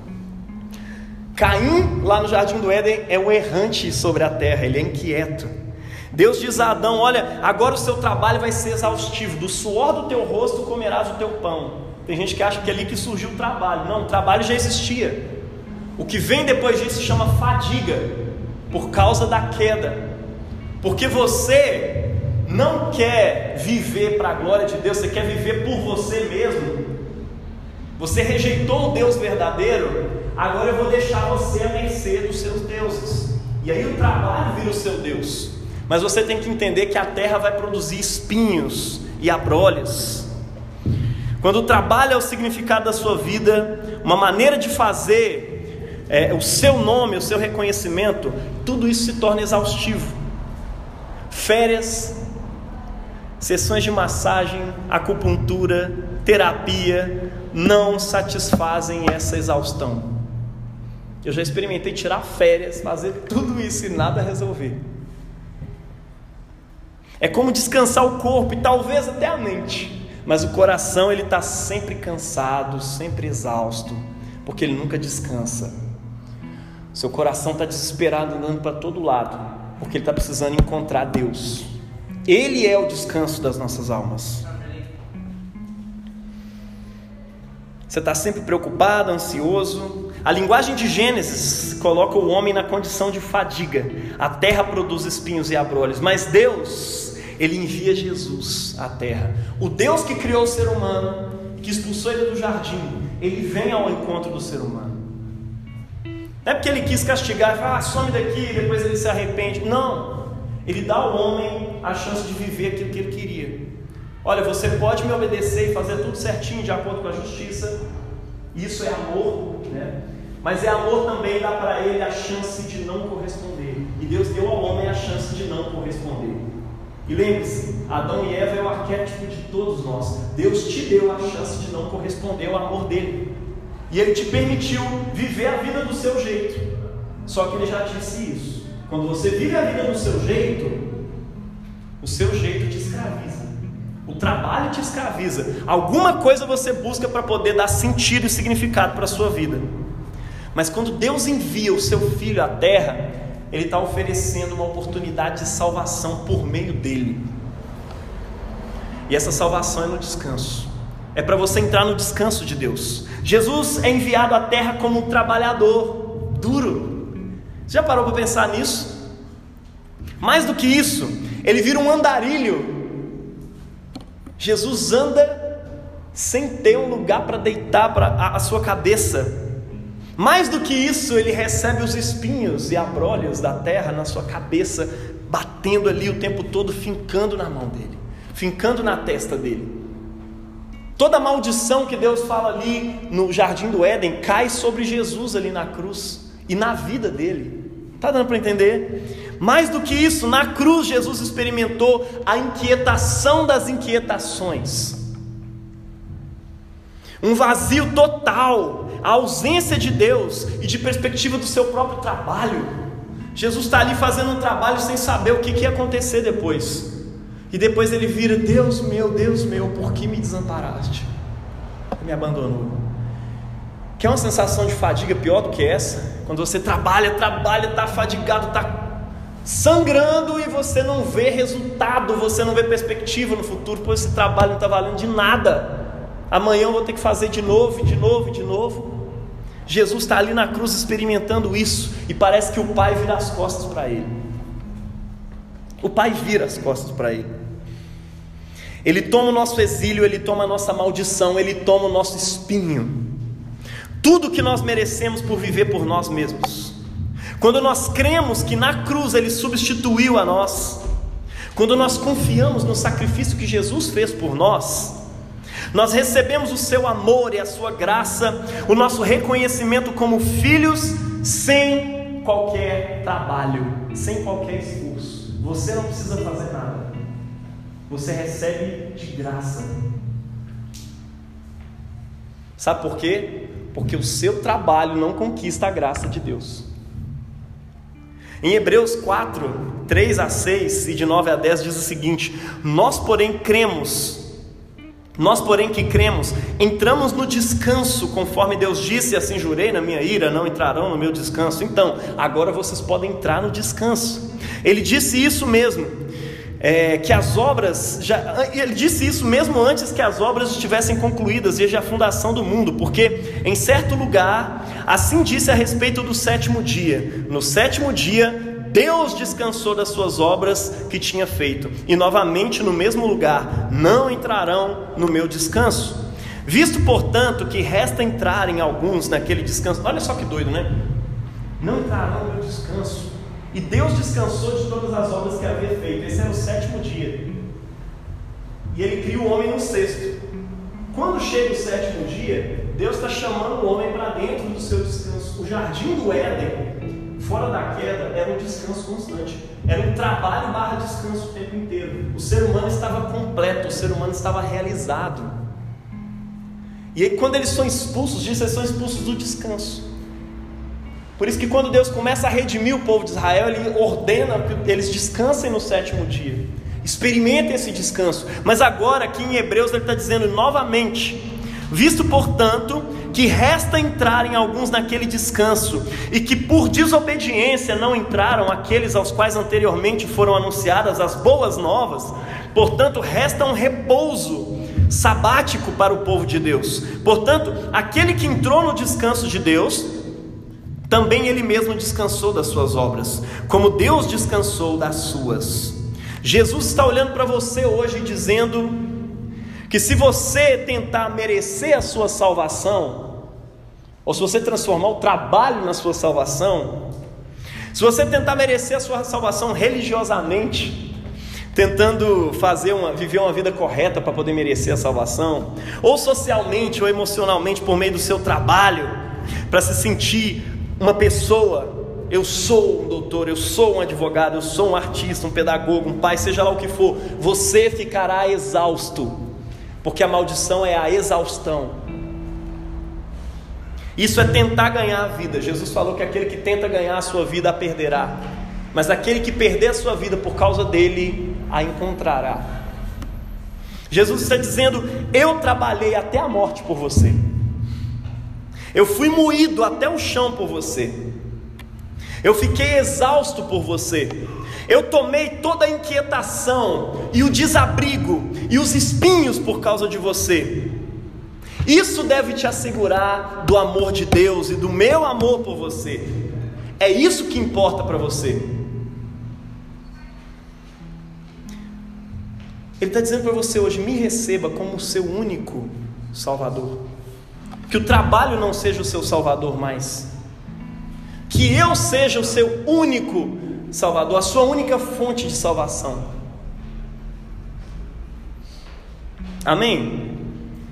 S1: Caim, lá no jardim do Éden, é o errante sobre a terra, ele é inquieto. Deus diz a Adão: olha, agora o seu trabalho vai ser exaustivo, do suor do teu rosto comerás o teu pão. Tem gente que acha que é ali que surgiu o trabalho. Não, o trabalho já existia. O que vem depois disso se chama fadiga, por causa da queda. Porque você não quer viver para a glória de Deus, você quer viver por você mesmo. Você rejeitou o Deus verdadeiro, agora eu vou deixar você à mercê dos seus deuses. E aí o trabalho vira o seu Deus. Mas você tem que entender que a terra vai produzir espinhos e abrolhos. Quando o trabalho é o significado da sua vida, uma maneira de fazer o seu nome, o seu reconhecimento, tudo isso se torna exaustivo. Férias, sessões de massagem, acupuntura, terapia, não satisfazem essa exaustão. Eu já experimentei tirar férias, fazer tudo isso e nada resolver. É como descansar o corpo e talvez até a mente, mas o coração ele está sempre cansado, sempre exausto, porque ele nunca descansa. Seu coração está desesperado, andando para todo lado, porque ele está precisando encontrar Deus. Ele é o descanso das nossas almas. Você está sempre preocupado, ansioso. A linguagem de Gênesis coloca o homem na condição de fadiga. A terra produz espinhos e abrolhos, mas Deus, Ele envia Jesus à terra. O Deus que criou o ser humano, que expulsou ele do jardim, Ele vem ao encontro do ser humano. Não é porque Ele quis castigar e falar, some daqui, e depois Ele se arrepende. Não, Ele dá ao homem a chance de viver aquilo que Ele queria. Olha, você pode me obedecer e fazer tudo certinho, de acordo com a justiça. Isso é amor, né? Mas é amor também dar para ele a chance de não corresponder. E Deus deu ao homem a chance de não corresponder. E lembre-se, Adão e Eva é o arquétipo de todos nós. Deus te deu a chance de não corresponder ao amor dele. E Ele te permitiu viver a vida do seu jeito. Só que Ele já disse isso. Quando você vive a vida do seu jeito, o seu jeito te escraviza. O trabalho te escraviza. Alguma coisa você busca para poder dar sentido e significado para a sua vida. Mas quando Deus envia o seu Filho à terra, Ele está oferecendo uma oportunidade de salvação por meio dele. E essa salvação é no descanso. É para você entrar no descanso de Deus. Jesus é enviado à terra como um trabalhador duro. Você já parou para pensar nisso? Mais do que isso, Ele vira um andarilho. Jesus anda sem ter um lugar para deitar a sua cabeça. Mais do que isso, Ele recebe os espinhos e abrolhos da terra na sua cabeça, batendo ali o tempo todo, fincando na mão dele, fincando na testa dele. Toda maldição que Deus fala ali no jardim do Éden cai sobre Jesus ali na cruz e na vida dele. Está dando para entender? Mais do que isso, na cruz Jesus experimentou a inquietação das inquietações, um vazio total, a ausência de Deus e de perspectiva do seu próprio trabalho. Jesus está ali fazendo um trabalho sem saber o que ia acontecer depois. E depois ele vira: Deus meu, por que me desamparaste? Me abandonou. Quer uma sensação de fadiga pior do que essa? Quando você trabalha, está fadigado, está sangrando e você não vê resultado, você não vê perspectiva no futuro, pois esse trabalho não está valendo de nada. Amanhã eu vou ter que fazer de novo. Jesus está ali na cruz experimentando isso, e parece que o Pai vira as costas para ele. O Pai vira as costas para ele. Ele toma o nosso exílio, ele toma a nossa maldição, ele toma o nosso espinho, tudo que nós merecemos por viver por nós mesmos. Quando nós cremos que na cruz ele substituiu a nós, quando nós confiamos no sacrifício que Jesus fez por nós, nós recebemos o seu amor e a sua graça, o nosso reconhecimento como filhos, sem qualquer trabalho, sem qualquer esforço. Você não precisa fazer nada, você recebe de graça. Sabe por quê? Porque o seu trabalho não conquista a graça de Deus. Em Hebreus 4, 3 a 6 e de 9 a 10 diz o seguinte: nós porém que cremos, entramos no descanso, conforme Deus disse: assim jurei na minha ira, não entrarão no meu descanso. Então, agora vocês podem entrar no descanso. Ele disse isso mesmo, ele disse isso mesmo antes que as obras estivessem concluídas, desde a fundação do mundo, porque em certo lugar, assim disse a respeito do sétimo dia: no sétimo dia, Deus descansou das suas obras que tinha feito, e novamente no mesmo lugar: não entrarão no meu descanso. Visto, portanto, que resta entrarem alguns naquele descanso. Olha só que doido, né? Não entrarão no meu descanso. E Deus descansou de todas as obras que havia feito. Esse era o sétimo dia, e Ele cria o homem no sexto. Quando chega o sétimo dia, Deus está chamando o homem para dentro do seu descanso. O jardim do Éden, fora da queda, era um descanso constante, era um trabalho / descanso o tempo inteiro. O ser humano estava completo, o ser humano estava realizado. E aí, quando eles são expulsos disso, eles são expulsos do descanso. Por isso que quando Deus começa a redimir o povo de Israel, Ele ordena que eles descansem no sétimo dia, experimentem esse descanso. Mas agora aqui em Hebreus ele está dizendo novamente: visto, portanto, que resta entrarem alguns naquele descanso, e que por desobediência não entraram aqueles aos quais anteriormente foram anunciadas as boas novas, portanto resta um repouso sabático para o povo de Deus. Portanto, aquele que entrou no descanso de Deus, também ele mesmo descansou das suas obras, como Deus descansou das suas. Jesus está olhando para você hoje e dizendo que se você tentar merecer a sua salvação, ou se você transformar o trabalho na sua salvação, se você tentar merecer a sua salvação religiosamente, tentando viver uma vida correta para poder merecer a salvação, ou socialmente ou emocionalmente por meio do seu trabalho, para se sentir uma pessoa, eu sou um doutor, eu sou um advogado, eu sou um artista, um pedagogo, um pai, seja lá o que for, você ficará exausto, porque a maldição é a exaustão. Isso é tentar ganhar a vida. Jesus falou que aquele que tenta ganhar a sua vida a perderá, mas aquele que perder a sua vida por causa dele a encontrará. Jesus está dizendo: eu trabalhei até a morte por você, eu fui moído até o chão por você, eu fiquei exausto por você, eu tomei toda a inquietação e o desabrigo e os espinhos por causa de você. Isso deve te assegurar do amor de Deus e do meu amor por você. É isso que importa para você. Ele está dizendo para você hoje: me receba como o seu único Salvador. Que o trabalho não seja o seu Salvador mais, que eu seja o seu único Salvador, a sua única fonte de salvação. Amém?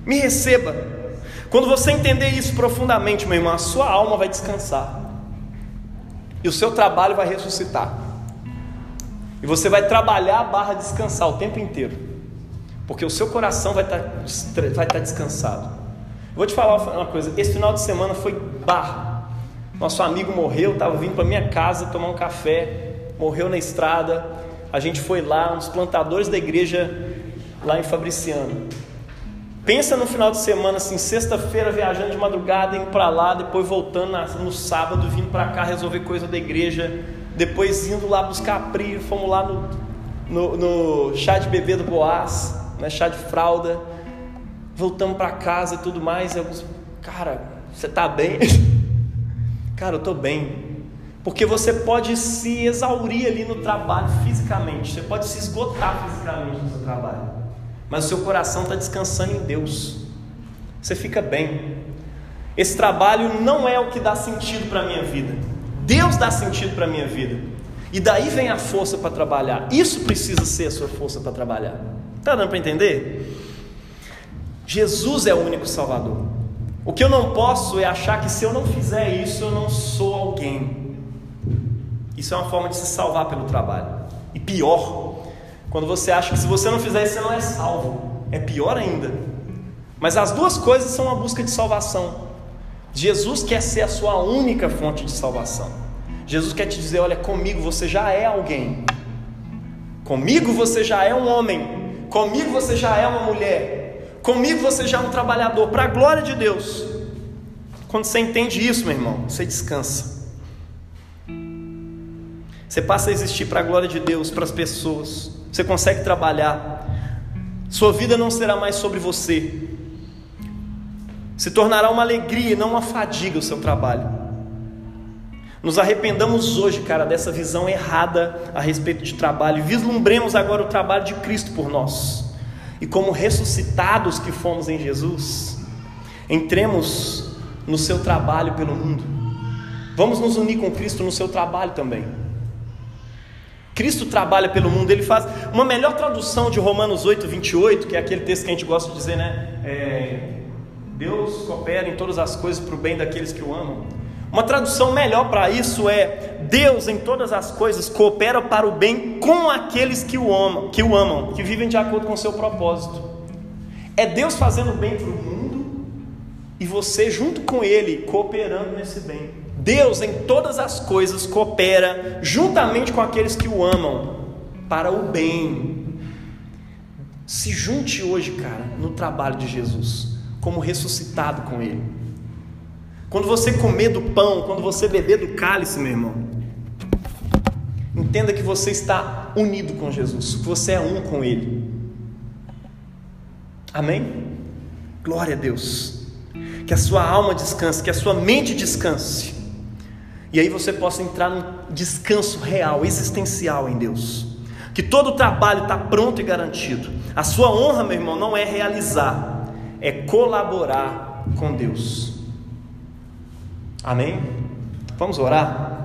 S1: Me receba. Quando você entender isso profundamente, meu irmão, a sua alma vai descansar. E o seu trabalho vai ressuscitar. E você vai trabalhar / descansar o tempo inteiro. Porque o seu coração vai estar descansado. Eu vou te falar uma coisa. Esse final de semana foi barra. Nosso amigo morreu, estava vindo para minha casa tomar um café. Morreu na estrada. A gente foi lá, um dos plantadores da igreja lá em Fabriciano. Pensa no final de semana, assim, sexta-feira viajando de madrugada, indo para lá, depois voltando no sábado, vindo para cá resolver coisa da igreja, depois indo lá buscar PRI, fomos lá no chá de bebê do Boaz, né, chá de fralda, voltamos para casa e tudo mais. Cara, você tá bem? Cara, eu tô bem. Porque você pode se exaurir ali no trabalho fisicamente, você pode se esgotar fisicamente no seu trabalho, mas o seu coração está descansando em Deus, você fica bem. Esse trabalho não é o que dá sentido para a minha vida, Deus dá sentido para a minha vida, e daí vem a força para trabalhar. Isso precisa ser a sua força para trabalhar. Está dando para entender? Jesus é o único Salvador. O que eu não posso é achar que se eu não fizer isso, eu não sou alguém. Isso é uma forma de se salvar pelo trabalho. E pior, quando você acha que se você não fizer isso, você não é salvo. É pior ainda. Mas as duas coisas são uma busca de salvação. Jesus quer ser a sua única fonte de salvação. Jesus quer te dizer: olha, comigo você já é alguém. Comigo você já é um homem. Comigo você já é uma mulher. Comigo você já é um trabalhador, para a glória de Deus. Quando você entende isso, meu irmão, você descansa. Você passa a existir para a glória de Deus, para as pessoas. Você consegue trabalhar. Sua vida não será mais sobre você. Se tornará uma alegria e não uma fadiga o seu trabalho. Nos arrependamos hoje, cara, dessa visão errada a respeito de trabalho. E vislumbremos agora o trabalho de Cristo por nós. E como ressuscitados que fomos em Jesus, entremos no seu trabalho pelo mundo. Vamos nos unir com Cristo no seu trabalho também. Cristo trabalha pelo mundo. Ele faz uma melhor tradução de Romanos 8, 28, que é aquele texto que a gente gosta de dizer, né? Deus coopera em todas as coisas para o bem daqueles que o amam. Uma tradução melhor para isso é: Deus em todas as coisas coopera para o bem com aqueles que o amam, que vivem de acordo com o seu propósito. É Deus fazendo bem para o mundo e você junto com Ele cooperando nesse bem. Deus em todas as coisas coopera juntamente com aqueles que o amam para o bem. Se junte hoje, cara, no trabalho de Jesus, como ressuscitado com Ele. Quando você comer do pão, quando você beber do cálice, meu irmão, entenda que você está unido com Jesus, que você é um com Ele. Amém? Glória a Deus. Que a sua alma descanse, que a sua mente descanse. E aí você possa entrar num descanso real, existencial em Deus. Que todo o trabalho está pronto e garantido. A sua honra, meu irmão, não é realizar, é colaborar com Deus. Amém? Vamos orar?